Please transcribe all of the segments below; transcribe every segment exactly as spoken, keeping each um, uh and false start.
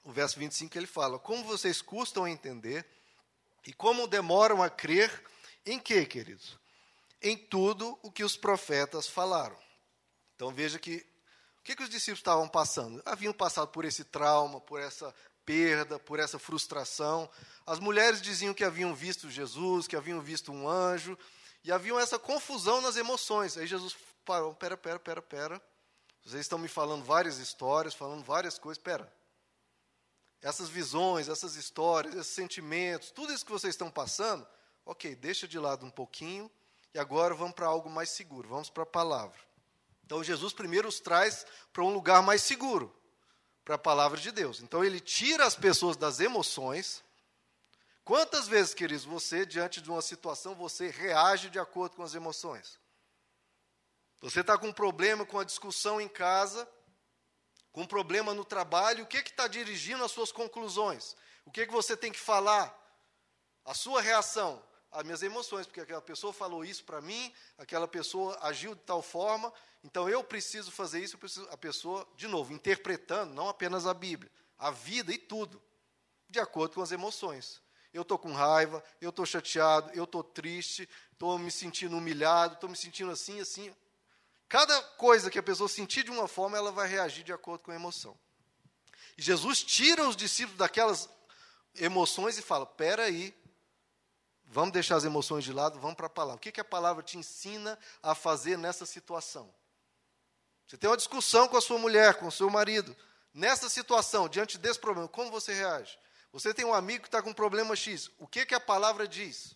o verso vinte e cinco, ele fala: como vocês custam a entender e como demoram a crer em quê, queridos? Em tudo o que os profetas falaram. Então veja que o que, que os discípulos estavam passando? Haviam passado por esse trauma, por essa perda, por essa frustração. As mulheres diziam que haviam visto Jesus, que haviam visto um anjo, e haviam essa confusão nas emoções. Aí Jesus parou: pera, pera, pera, pera. Vocês estão me falando várias histórias, falando várias coisas, pera. Essas visões, essas histórias, esses sentimentos, tudo isso que vocês estão passando, ok, deixa de lado um pouquinho, e agora vamos para algo mais seguro, vamos para a palavra. Então, Jesus primeiro os traz para um lugar mais seguro, para a palavra de Deus. Então, ele tira as pessoas das emoções. Quantas vezes, queridos, você, diante de uma situação, você reage de acordo com as emoções? Você está com um problema, com a discussão em casa, com um problema no trabalho, o que está dirigindo as suas conclusões? O que, que você tem que falar? A sua reação? As minhas emoções, porque aquela pessoa falou isso para mim, aquela pessoa agiu de tal forma, então eu preciso fazer isso, eu preciso, a pessoa, de novo, interpretando, não apenas a Bíblia, a vida e tudo, de acordo com as emoções. Eu estou com raiva, eu estou chateado, eu estou triste, estou me sentindo humilhado, estou me sentindo assim, assim. Cada coisa que a pessoa sentir de uma forma, ela vai reagir de acordo com a emoção. E Jesus tira os discípulos daquelas emoções e fala: espera aí, vamos deixar as emoções de lado, vamos para a palavra. O que, que a palavra te ensina a fazer nessa situação? Você tem uma discussão com a sua mulher, com o seu marido. Nessa situação, diante desse problema, como você reage? Você tem um amigo que está com um problema X. O que, que a palavra diz?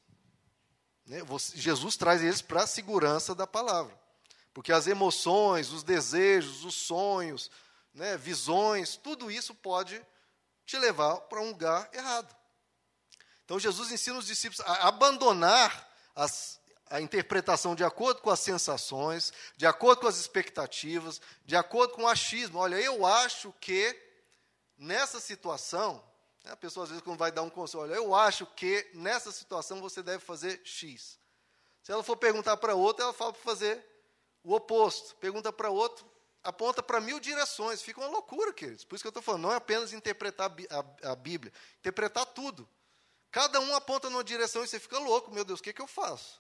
Né? Você, Jesus traz eles para a segurança da palavra. Porque as emoções, os desejos, os sonhos, né, visões, tudo isso pode te levar para um lugar errado. Então, Jesus ensina os discípulos a abandonar as, a interpretação de acordo com as sensações, de acordo com as expectativas, de acordo com o achismo. Olha, eu acho que nessa situação, né, a pessoa às vezes quando vai dar um conselho, olha, eu acho que nessa situação você deve fazer X. Se ela for perguntar para outra, ela fala para fazer o oposto. Pergunta para outro, aponta para mil direções. Fica uma loucura, queridos. Por isso que eu estou falando, não é apenas interpretar a, a, a Bíblia, interpretar tudo. Cada um aponta numa direção e você fica louco. Meu Deus, o que, que eu faço?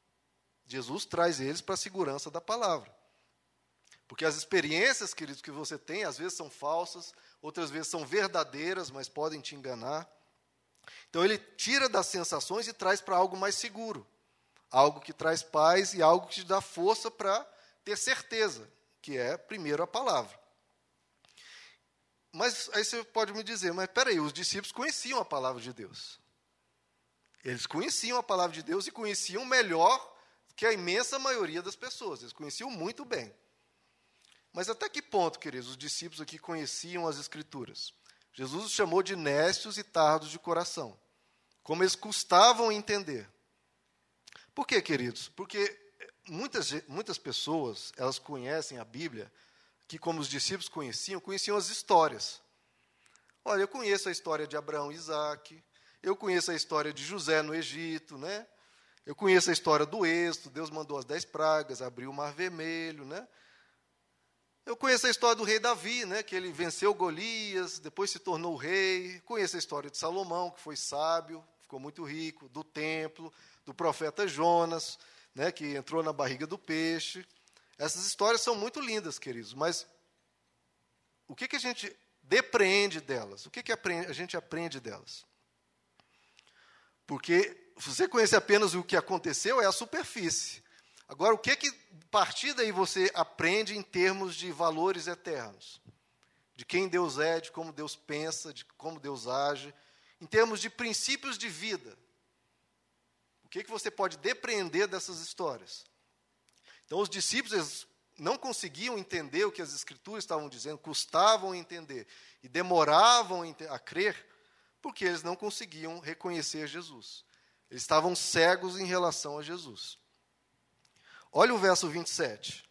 Jesus traz eles para a segurança da palavra. Porque as experiências, queridos, que você tem, às vezes são falsas, outras vezes são verdadeiras, mas podem te enganar. Então, ele tira das sensações e traz para algo mais seguro. Algo que traz paz e algo que te dá força para ter certeza, que é, primeiro, a palavra. Mas aí você pode me dizer, mas peraí, os discípulos conheciam a palavra de Deus. Eles conheciam a palavra de Deus e conheciam melhor que a imensa maioria das pessoas. Eles conheciam muito bem. Mas até que ponto, queridos, os discípulos aqui conheciam as Escrituras? Jesus os chamou de nécios e tardos de coração. Como eles custavam entender. Por quê, queridos? Porque muitas, muitas pessoas, elas conhecem a Bíblia, que como os discípulos conheciam, conheciam as histórias. Olha, eu conheço a história de Abraão e Isaac, eu conheço a história de José no Egito, né? Eu conheço a história do Êxodo, Deus mandou as dez pragas, abriu o Mar Vermelho, né? Eu conheço a história do rei Davi, né? Que ele venceu Golias, depois se tornou rei. Conheço a história de Salomão, que foi sábio, ficou muito rico, do templo, do profeta Jonas, né, que entrou na barriga do peixe. Essas histórias são muito lindas, queridos, mas o que, que a gente depreende delas? O que, que a gente aprende delas? Porque se você conhece apenas o que aconteceu, é a superfície. Agora, o que, que a partir daí você aprende em termos de valores eternos? De quem Deus é, de como Deus pensa, de como Deus age, em termos de princípios de vida. O que, que você pode depreender dessas histórias? Então, os discípulos eles não conseguiam entender o que as Escrituras estavam dizendo, custavam entender e demoravam a crer, porque eles não conseguiam reconhecer Jesus. Eles estavam cegos em relação a Jesus. Olha o verso vinte e sete.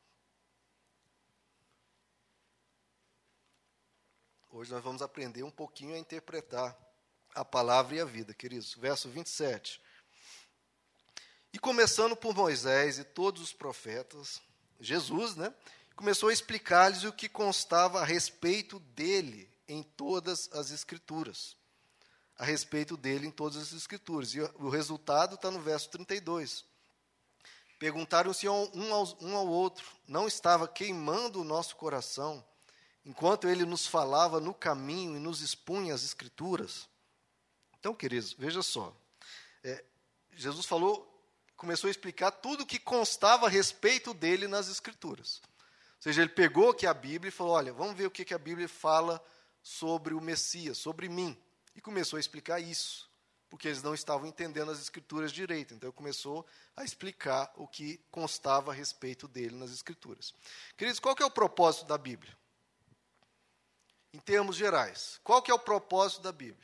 Hoje nós vamos aprender um pouquinho a interpretar a palavra e a vida, queridos. Verso vinte e sete. E começando por Moisés e todos os profetas, Jesus, né, começou a explicar-lhes o que constava a respeito dele em todas as Escrituras. A respeito dele em todas as Escrituras. E o resultado está no verso trinta e dois. Perguntaram-se um ao, um ao outro, não estava queimando o nosso coração, enquanto ele nos falava no caminho e nos expunha as Escrituras? Então, queridos, veja só. É, Jesus falou, começou a explicar tudo o que constava a respeito dele nas Escrituras. Ou seja, ele pegou aqui a Bíblia e falou, olha, vamos ver o que, que a Bíblia fala sobre o Messias, sobre mim. E começou a explicar isso, porque eles não estavam entendendo as Escrituras direito. Então, começou a explicar o que constava a respeito dele nas Escrituras. Queridos, qual que é o propósito da Bíblia? Em termos gerais, qual que é o propósito da Bíblia?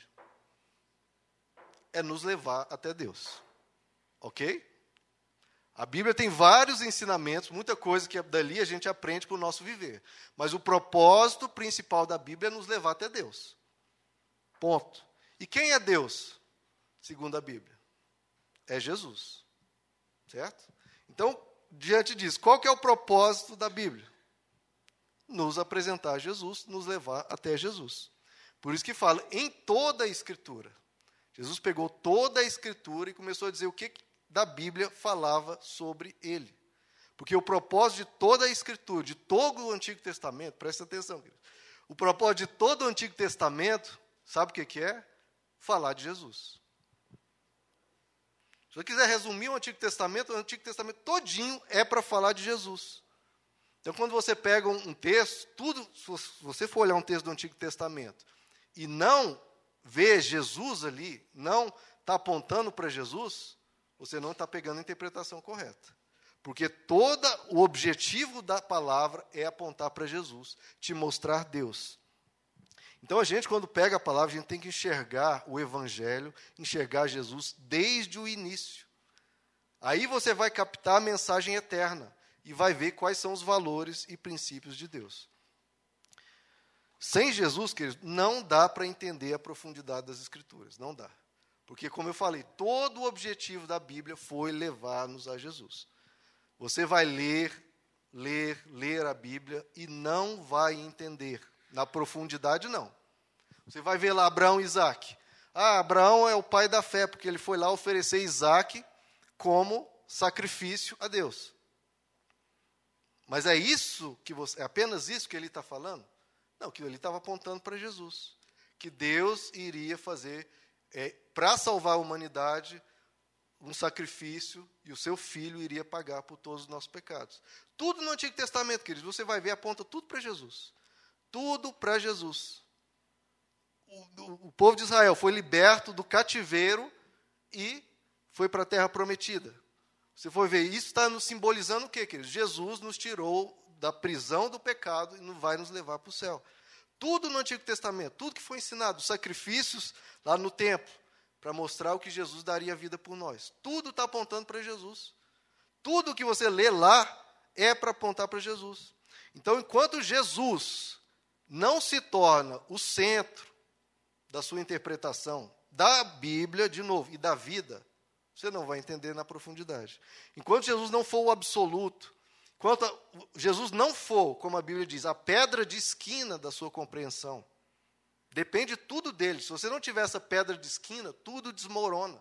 É nos levar até Deus. Ok? A Bíblia tem vários ensinamentos, muita coisa que dali a gente aprende para o nosso viver. Mas o propósito principal da Bíblia é nos levar até Deus. Ponto. E quem é Deus, segundo a Bíblia? É Jesus. Certo? Então, diante disso, qual que é o propósito da Bíblia? Nos apresentar Jesus, nos levar até Jesus. Por isso que fala em toda a Escritura. Jesus pegou toda a Escritura e começou a dizer o que da Bíblia falava sobre ele. Porque o propósito de toda a Escritura, de todo o Antigo Testamento, presta atenção, querido, o propósito de todo o Antigo Testamento, sabe o que, que é? Falar de Jesus. Se você quiser resumir o Antigo Testamento, o Antigo Testamento todinho é para falar de Jesus. Então, quando você pega um, um texto, tudo, se você for olhar um texto do Antigo Testamento e não vê Jesus ali, não está apontando para Jesus, você não está pegando a interpretação correta. Porque todo o objetivo da palavra é apontar para Jesus, te mostrar Deus. Então, a gente, quando pega a palavra, a gente tem que enxergar o Evangelho, enxergar Jesus desde o início. Aí você vai captar a mensagem eterna e vai ver quais são os valores e princípios de Deus. Sem Jesus, queridos, não dá para entender a profundidade das Escrituras, não dá. Porque, como eu falei, todo o objetivo da Bíblia foi levar-nos a Jesus. Você vai ler, ler, ler a Bíblia e não vai entender. Na profundidade, não. Você vai ver lá Abraão e Isaac. Ah, Abraão é o pai da fé, porque ele foi lá oferecer Isaac como sacrifício a Deus. Mas é isso que você, é apenas isso que ele está falando? Não, que ele estava apontando para Jesus. Que Deus iria fazer, é, para salvar a humanidade, um sacrifício, e o seu filho iria pagar por todos os nossos pecados. Tudo no Antigo Testamento, queridos, você vai ver, aponta tudo para Jesus. Tudo para Jesus. O, o, o povo de Israel foi liberto do cativeiro e foi para a terra prometida. Você for ver, isso está nos simbolizando o quê, queridos? Jesus nos tirou da prisão do pecado e vai nos levar para o céu. Tudo no Antigo Testamento, tudo que foi ensinado, os sacrifícios lá no templo, para mostrar o que Jesus daria vida por nós. Tudo está apontando para Jesus. Tudo que você lê lá é para apontar para Jesus. Então, enquanto Jesus não se torna o centro da sua interpretação da Bíblia, de novo, e da vida, você não vai entender na profundidade. Enquanto Jesus não for o absoluto, enquanto Jesus não for, como a Bíblia diz, a pedra de esquina da sua compreensão, depende tudo dele. Se você não tiver essa pedra de esquina, tudo desmorona.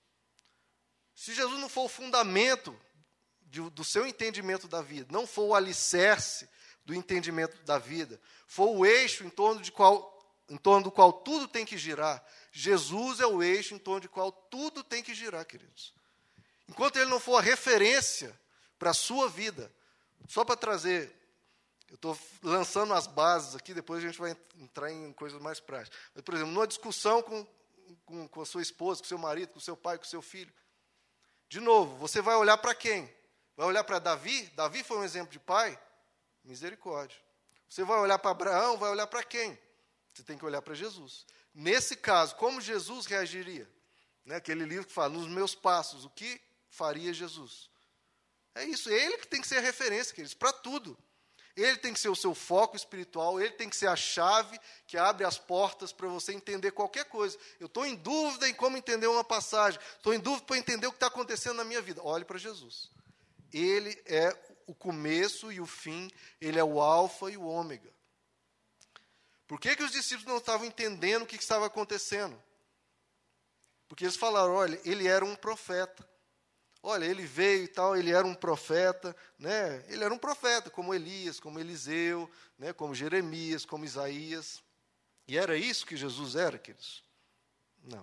Se Jesus não for o fundamento de, do seu entendimento da vida, não for o alicerce do entendimento da vida, for o eixo em torno, de qual, em torno do qual tudo tem que girar, Jesus é o eixo em torno do qual tudo tem que girar, queridos. Enquanto ele não for a referência para a sua vida, só para trazer, eu estou lançando as bases aqui, depois a gente vai entrar em coisas mais práticas. Mas, por exemplo, numa discussão com, com, com a sua esposa, com o seu marido, com o seu pai, com o seu filho, de novo, você vai olhar para quem? Vai olhar para Davi? Davi foi um exemplo de pai? Misericórdia. Você vai olhar para Abraão, vai olhar para quem? Você tem que olhar para Jesus. Nesse caso, como Jesus reagiria? Né, aquele livro que fala, nos meus passos, o que faria Jesus? É isso, é ele que tem que ser a referência, queridos, para tudo. Ele tem que ser o seu foco espiritual, ele tem que ser a chave que abre as portas para você entender qualquer coisa. Eu estou em dúvida em como entender uma passagem, estou em dúvida para entender o que está acontecendo na minha vida. Olhe para Jesus. Ele é o começo e o fim, ele é o alfa e o ômega. Por que, que os discípulos não estavam entendendo o que, que estava acontecendo? Porque eles falaram, olha, ele era um profeta. Olha, ele veio e tal, ele era um profeta, né? Ele era um profeta, como Elias, como Eliseu, né? Como Jeremias, como Isaías. E era isso que Jesus era, queridos? Não.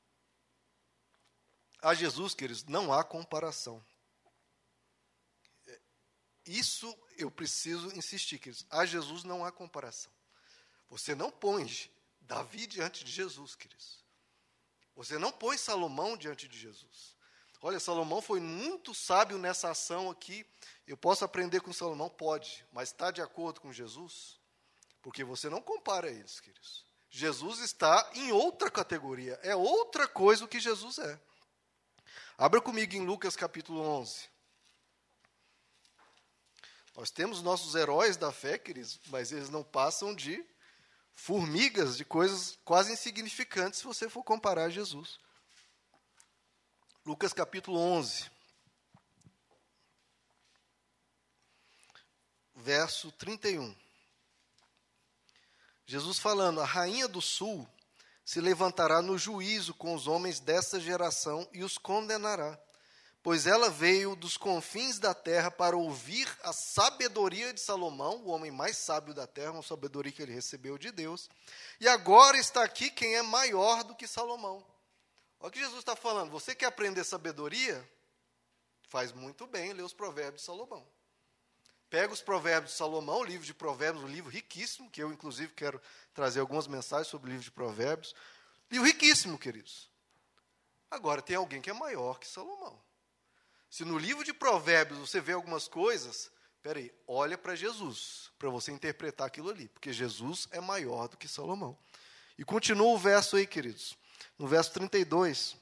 A Jesus, queridos, não há comparação. Isso eu preciso insistir, queridos. A Jesus não há comparação. Você não põe Davi diante de Jesus, queridos. Você não põe Salomão diante de Jesus. Olha, Salomão foi muito sábio nessa ação aqui. Eu posso aprender com Salomão? Pode. Mas está de acordo com Jesus? Porque você não compara eles, queridos. Jesus está em outra categoria. É outra coisa o que Jesus é. Abra comigo em Lucas capítulo onze. Nós temos nossos heróis da fé, queridos, mas eles não passam de formigas, de coisas quase insignificantes se você for comparar a Jesus. Lucas capítulo onze, verso trinta e um. Jesus falando, a rainha do sul se levantará no juízo com os homens dessa geração e os condenará, pois ela veio dos confins da terra para ouvir a sabedoria de Salomão, o homem mais sábio da terra, uma sabedoria que ele recebeu de Deus, e agora está aqui quem é maior do que Salomão. Olha o que Jesus está falando, você quer aprender sabedoria? Faz muito bem ler os provérbios de Salomão. Pega os provérbios de Salomão, o livro de provérbios, um livro riquíssimo, que eu, inclusive, quero trazer algumas mensagens sobre o livro de provérbios. Livro riquíssimo, queridos. Agora, tem alguém que é maior que Salomão. Se no livro de provérbios você vê algumas coisas, peraí, olha para Jesus, para você interpretar aquilo ali, porque Jesus é maior do que Salomão. E continua o verso aí, queridos. No verso trinta e dois.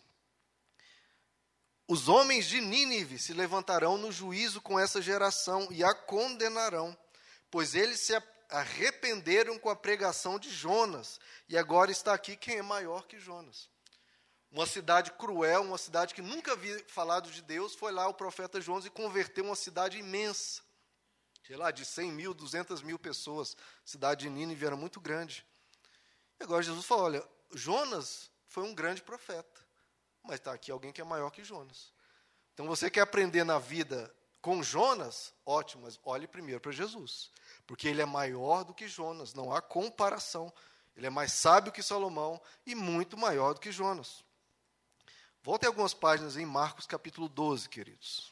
Os homens de Nínive se levantarão no juízo com essa geração e a condenarão, pois eles se arrependeram com a pregação de Jonas, e agora está aqui quem é maior que Jonas. Uma cidade cruel, uma cidade que nunca havia falado de Deus, foi lá o profeta Jonas e converteu uma cidade imensa, sei lá, de cem mil, duzentas mil pessoas. A cidade de Nínive era muito grande. E agora Jesus falou, olha, Jonas foi um grande profeta, mas está aqui alguém que é maior que Jonas. Então, você quer aprender na vida com Jonas? Ótimo, mas olhe primeiro para Jesus, porque ele é maior do que Jonas, não há comparação. Ele é mais sábio que Salomão e muito maior do que Jonas. Voltem algumas páginas em Marcos capítulo doze, queridos.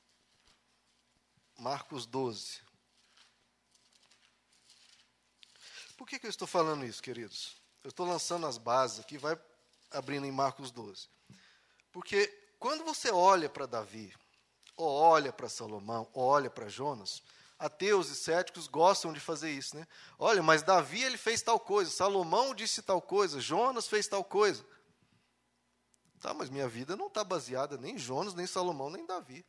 Marcos doze. Por que, que eu estou falando isso, queridos? Eu estou lançando as bases aqui, vai abrindo em Marcos doze. Porque quando você olha para Davi, ou olha para Salomão, ou olha para Jonas, ateus e céticos gostam de fazer isso, né? Olha, mas Davi ele fez tal coisa, Salomão disse tal coisa, Jonas fez tal coisa. Tá, mas minha vida não está baseada nem em Jonas, nem em Salomão, nem em Davi.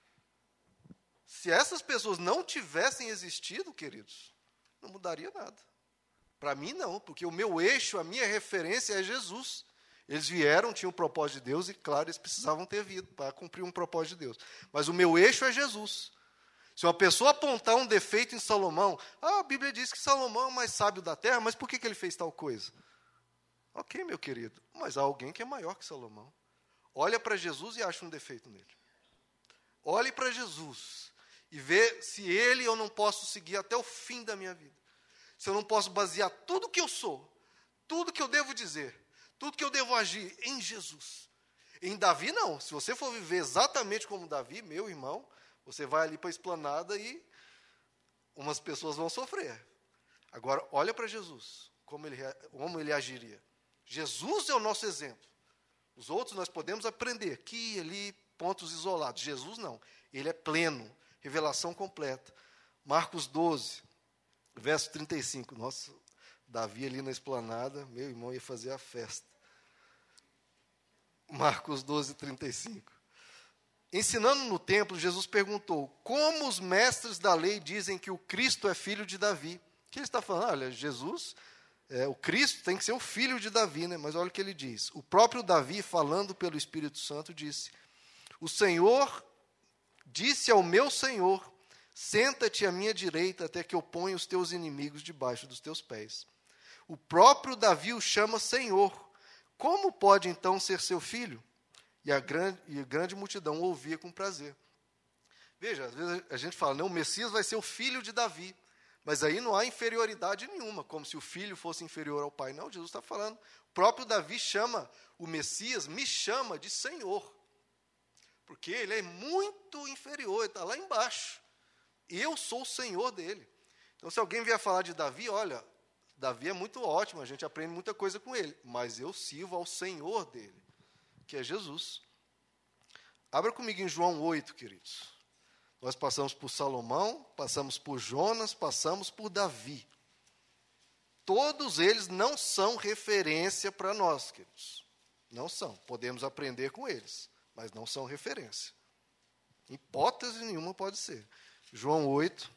Se essas pessoas não tivessem existido, queridos, não mudaria nada. Para mim, não, porque o meu eixo, a minha referência é Jesus. Eles vieram, tinham um propósito de Deus, e claro, eles precisavam ter vindo para cumprir um propósito de Deus. Mas o meu eixo é Jesus. Se uma pessoa apontar um defeito em Salomão, ah, a Bíblia diz que Salomão é o mais sábio da terra, mas por que, que ele fez tal coisa? Ok, meu querido, mas há alguém que é maior que Salomão. Olha para Jesus e acha um defeito nele. Olhe para Jesus e vê se ele eu não posso seguir até o fim da minha vida. Se eu não posso basear tudo que eu sou, tudo que eu devo dizer, tudo que eu devo agir em Jesus. Em Davi, não. Se você for viver exatamente como Davi, meu irmão, você vai ali para a esplanada e umas pessoas vão sofrer. Agora, olha para Jesus, como ele, como ele agiria. Jesus é o nosso exemplo. Os outros nós podemos aprender aqui e ali, pontos isolados. Jesus não. Ele é pleno, revelação completa. Marcos doze, verso trinta e cinco. Nossa, Davi ali na esplanada, meu irmão ia fazer a festa. Marcos doze, trinta e cinco. Ensinando no templo, Jesus perguntou, como os mestres da lei dizem que o Cristo é filho de Davi? O que ele está falando? Olha, Jesus, é, o Cristo tem que ser o filho de Davi, né? Mas olha o que ele diz. O próprio Davi, falando pelo Espírito Santo, disse, o Senhor disse ao meu Senhor, senta-te à minha direita até que eu ponha os teus inimigos debaixo dos teus pés. O próprio Davi o chama Senhor. Como pode então ser seu filho? E a grande, e a grande multidão o ouvia com prazer. Veja, às vezes a gente fala, não, o Messias vai ser o filho de Davi. Mas aí não há inferioridade nenhuma, como se o filho fosse inferior ao pai. Não, Jesus está falando. O próprio Davi chama o Messias, me chama de Senhor. Porque ele é muito inferior, ele está lá embaixo. Eu sou o Senhor dele. Então, se alguém vier falar de Davi, olha, Davi é muito ótimo, a gente aprende muita coisa com ele. Mas eu sirvo ao Senhor dele, que é Jesus. Abra comigo em João oito, queridos. Nós passamos por Salomão, passamos por Jonas, passamos por Davi. Todos eles não são referência para nós, queridos. Não são. Podemos aprender com eles, mas não são referência. Hipótese nenhuma pode ser. João oito.